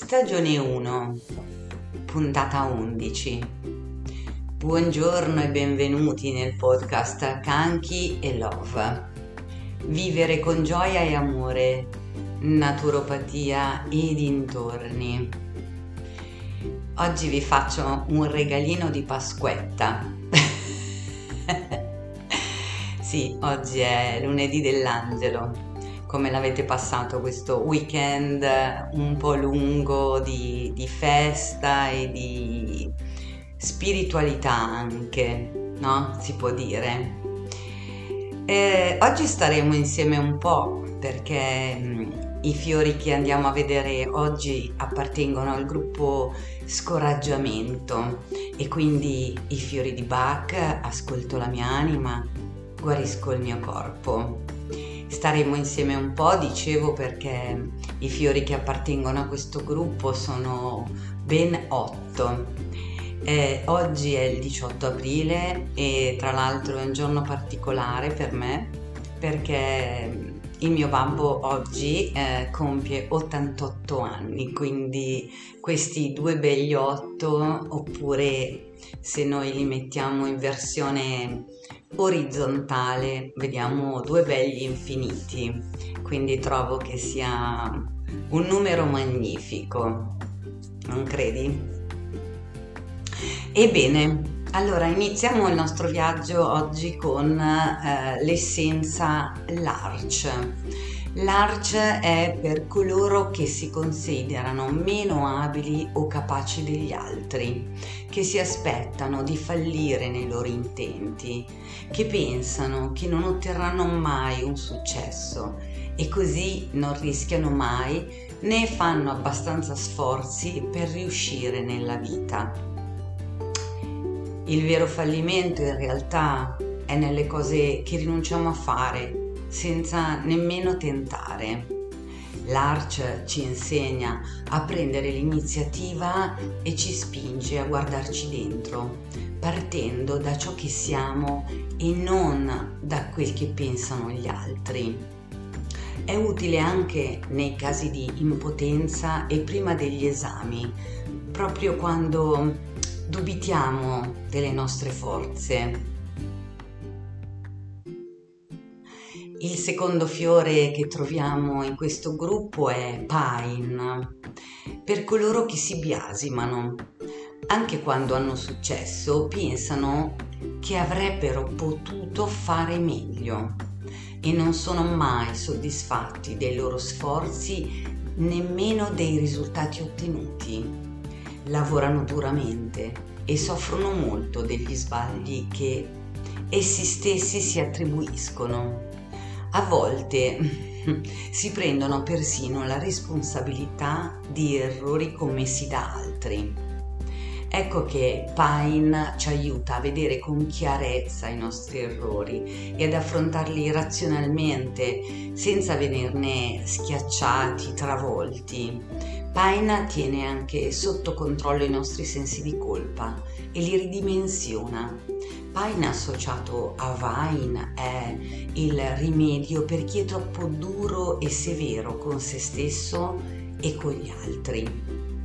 Stagione 1, puntata 11. Buongiorno e benvenuti nel podcast Kanki e Love. Vivere con gioia e amore, naturopatia e dintorni. Oggi vi faccio un regalino di Pasquetta. Sì, oggi è lunedì dell'angelo. Come l'avete passato questo weekend un po' lungo di festa e di spiritualità anche, no? Si può dire. Oggi staremo insieme un po' perché i fiori che andiamo a vedere oggi appartengono al gruppo Scoraggiamento e quindi i fiori di Bach, ascolto la mia anima, guarisco il mio corpo. Staremo insieme un po', dicevo, perché i fiori che appartengono a questo gruppo sono ben 8. Oggi è il 18 aprile e tra l'altro è un giorno particolare per me perché il mio babbo oggi compie 88 anni, quindi questi due begli 8, oppure se noi li mettiamo in versione orizzontale vediamo due begli infiniti, quindi trovo che sia un numero magnifico, non credi? Ebbene, allora iniziamo il nostro viaggio oggi con l'essenza Larch. Larch è per coloro che si considerano meno abili o capaci degli altri, che si aspettano di fallire nei loro intenti, che pensano che non otterranno mai un successo e così non rischiano mai né fanno abbastanza sforzi per riuscire nella vita. Il vero fallimento in realtà è nelle cose che rinunciamo a fare senza nemmeno tentare. L'Arch ci insegna a prendere l'iniziativa e ci spinge a guardarci dentro, partendo da ciò che siamo e non da quel che pensano gli altri. È utile anche nei casi di impotenza e prima degli esami, proprio quando dubitiamo delle nostre forze. Il secondo fiore che troviamo in questo gruppo è Pine, per coloro che si biasimano. Anche quando hanno successo pensano che avrebbero potuto fare meglio e non sono mai soddisfatti dei loro sforzi, nemmeno dei risultati ottenuti. Lavorano duramente e soffrono molto degli sbagli che essi stessi si attribuiscono. A volte si prendono persino la responsabilità di errori commessi da altri. Ecco che Pine ci aiuta a vedere con chiarezza i nostri errori e ad affrontarli razionalmente senza venirne schiacciati, travolti. Pine tiene anche sotto controllo i nostri sensi di colpa e li ridimensiona. Pine associato a Vine è il rimedio per chi è troppo duro e severo con se stesso e con gli altri.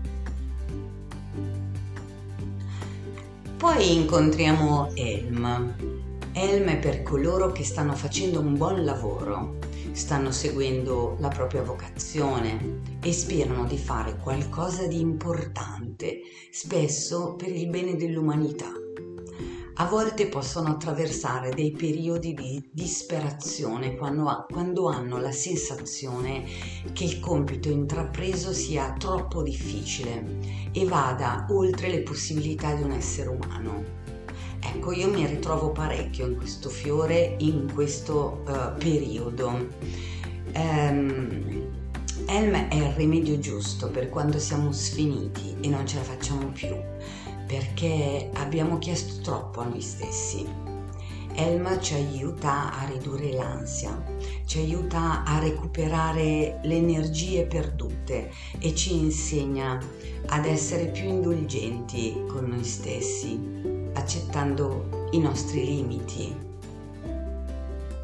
Poi incontriamo Elm. Elm è per coloro che stanno facendo un buon lavoro, stanno seguendo la propria vocazione e sperano di fare qualcosa di importante, spesso per il bene dell'umanità. A volte possono attraversare dei periodi di disperazione quando hanno la sensazione che il compito intrapreso sia troppo difficile e vada oltre le possibilità di un essere umano. Ecco, io mi ritrovo parecchio in questo fiore, in questo periodo. Elm è il rimedio giusto per quando siamo sfiniti e non ce la facciamo più, perché abbiamo chiesto troppo a noi stessi. Elm ci aiuta a ridurre l'ansia, ci aiuta a recuperare le energie perdute e ci insegna ad essere più indulgenti con noi stessi, accettando i nostri limiti.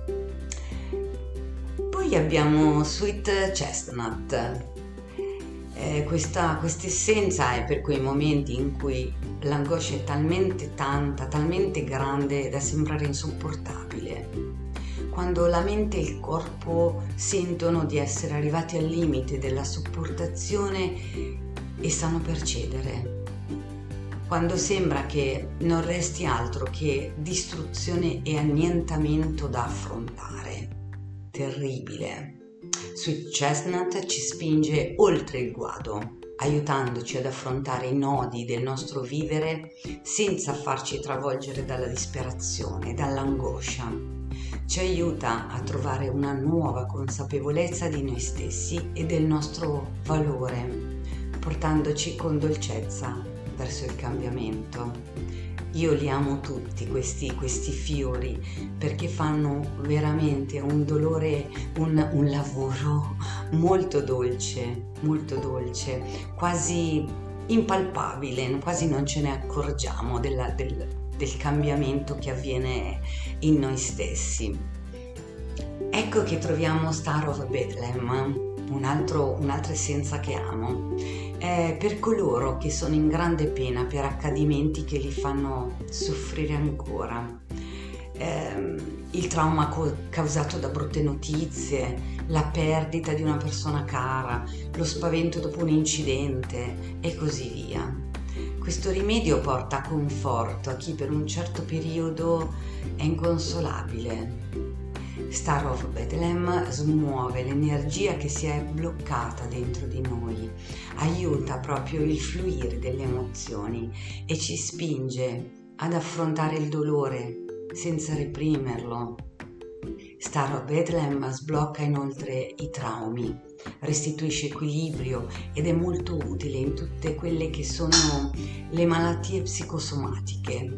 Poi abbiamo Sweet Chestnut. Questa essenza è per quei momenti in cui l'angoscia è talmente tanta, talmente grande da sembrare insopportabile. Quando la mente e il corpo sentono di essere arrivati al limite della sopportazione e stanno per cedere. Quando sembra che non resti altro che distruzione e annientamento da affrontare. Terribile. Sweet Chestnut ci spinge oltre il guado, aiutandoci ad affrontare i nodi del nostro vivere senza farci travolgere dalla disperazione, dall'angoscia. Ci aiuta a trovare una nuova consapevolezza di noi stessi e del nostro valore, portandoci con dolcezza verso il cambiamento. Io li amo tutti questi fiori perché fanno veramente un dolore, un lavoro molto dolce, quasi impalpabile, quasi non ce ne accorgiamo del cambiamento che avviene in noi stessi. Ecco che troviamo Star of Bethlehem, un'altra essenza che amo. Per coloro che sono in grande pena per accadimenti che li fanno soffrire ancora, il trauma causato da brutte notizie, la perdita di una persona cara, lo spavento dopo un incidente e così via. Questo rimedio porta conforto a chi per un certo periodo è inconsolabile. Star of Bethlehem smuove l'energia che si è bloccata dentro di noi, aiuta proprio il fluire delle emozioni e ci spinge ad affrontare il dolore senza reprimerlo. Star of Bethlehem sblocca inoltre i traumi, restituisce equilibrio ed è molto utile in tutte quelle che sono le malattie psicosomatiche.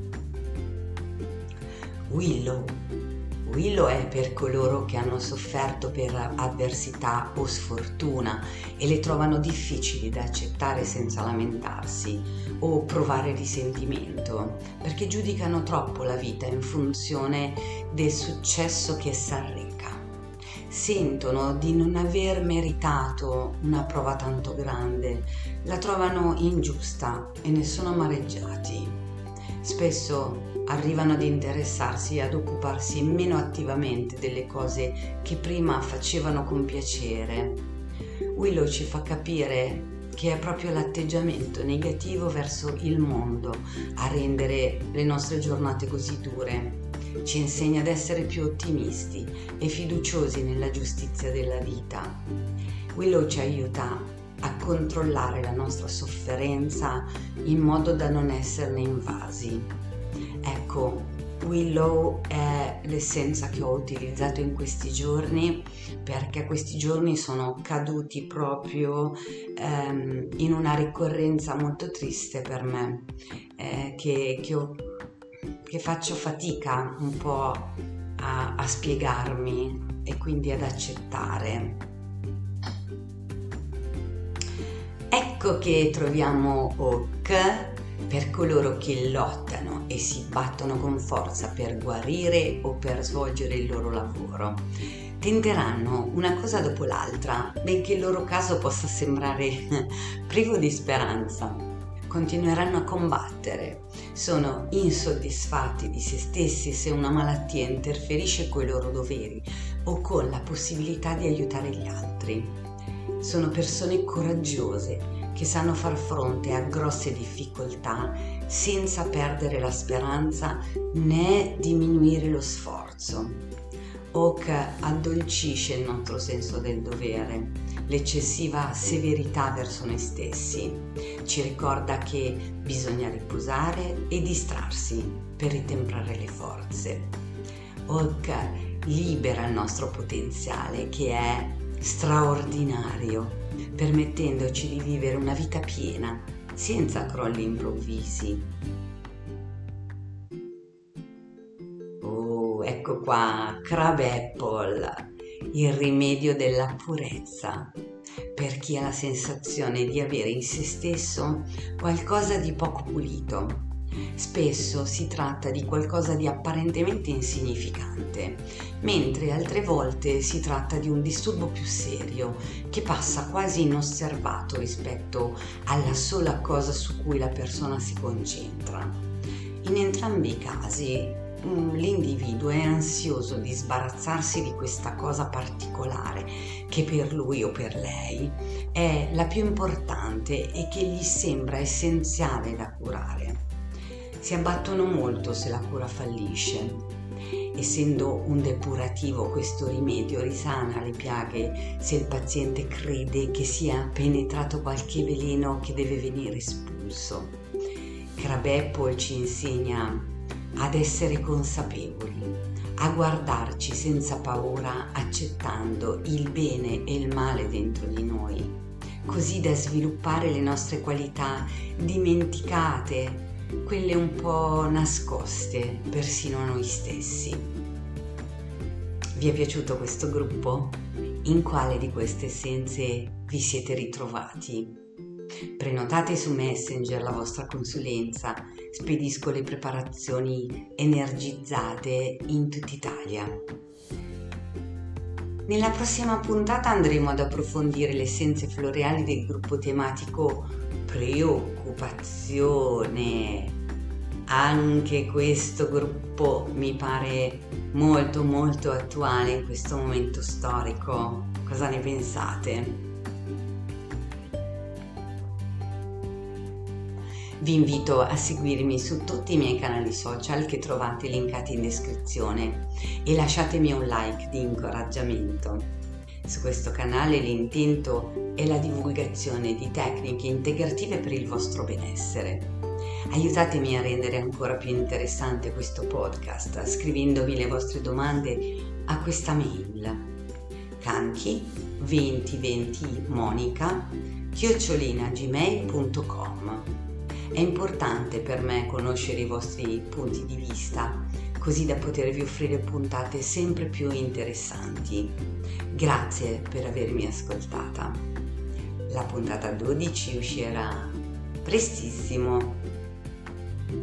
Willow è per coloro che hanno sofferto per avversità o sfortuna e le trovano difficili da accettare senza lamentarsi o provare risentimento, perché giudicano troppo la vita in funzione del successo che essa arreca. Sentono di non aver meritato una prova tanto grande, la trovano ingiusta e ne sono amareggiati. Spesso arrivano ad interessarsi e ad occuparsi meno attivamente delle cose che prima facevano con piacere. Willow ci fa capire che è proprio l'atteggiamento negativo verso il mondo a rendere le nostre giornate così dure. Ci insegna ad essere più ottimisti e fiduciosi nella giustizia della vita. Willow ci aiuta a controllare la nostra sofferenza in modo da non esserne invasi. Ecco, Willow è l'essenza che ho utilizzato in questi giorni perché questi giorni sono caduti proprio in una ricorrenza molto triste per me, che faccio fatica un po' a spiegarmi e quindi ad accettare. Ecco che troviamo Oak per coloro che lottano e si battono con forza per guarire o per svolgere il loro lavoro. Tenteranno una cosa dopo l'altra, benché il loro caso possa sembrare privo di speranza. Continueranno a combattere, sono insoddisfatti di se stessi se una malattia interferisce con i loro doveri o con la possibilità di aiutare gli altri. Sono persone coraggiose che sanno far fronte a grosse difficoltà senza perdere la speranza né diminuire lo sforzo. Oak addolcisce il nostro senso del dovere, l'eccessiva severità verso noi stessi. Ci ricorda che bisogna riposare e distrarsi per ritemprare le forze. Oak libera il nostro potenziale che è straordinario, permettendoci di vivere una vita piena, senza crolli improvvisi. Oh, ecco qua, Crab Apple, il rimedio della purezza, per chi ha la sensazione di avere in se stesso qualcosa di poco pulito. Spesso si tratta di qualcosa di apparentemente insignificante, mentre altre volte si tratta di un disturbo più serio che passa quasi inosservato rispetto alla sola cosa su cui la persona si concentra. In entrambi i casi l'individuo è ansioso di sbarazzarsi di questa cosa particolare che per lui o per lei è la più importante e che gli sembra essenziale da curare. Si abbattono molto se la cura fallisce. Essendo un depurativo, questo rimedio risana le piaghe se il paziente crede che sia penetrato qualche veleno che deve venire espulso. Krabeppol ci insegna ad essere consapevoli, a guardarci senza paura, accettando il bene e il male dentro di noi, così da sviluppare le nostre qualità dimenticate, quelle un po' nascoste persino a noi stessi. Vi è piaciuto questo gruppo? In quale di queste essenze vi siete ritrovati? Prenotate su Messenger la vostra consulenza, spedisco le preparazioni energizzate in tutta Italia. Nella prossima puntata andremo ad approfondire le essenze floreali del gruppo tematico preoccupazione. Anche questo gruppo mi pare molto molto attuale in questo momento storico. Cosa ne pensate? Vi invito a seguirmi su tutti i miei canali social che trovate linkati in descrizione e lasciatemi un like di incoraggiamento. Su questo canale l'intento è la divulgazione di tecniche integrative per il vostro benessere. Aiutatemi a rendere ancora più interessante questo podcast scrivendomi le vostre domande a questa mail kanki2020monica@gmail.com. È importante per me conoscere i vostri punti di vista, così da potervi offrire puntate sempre più interessanti. Grazie per avermi ascoltata. La puntata 12 uscirà prestissimo.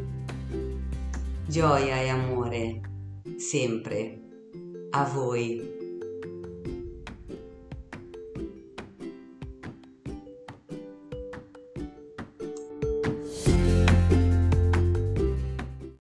Gioia e amore sempre a voi.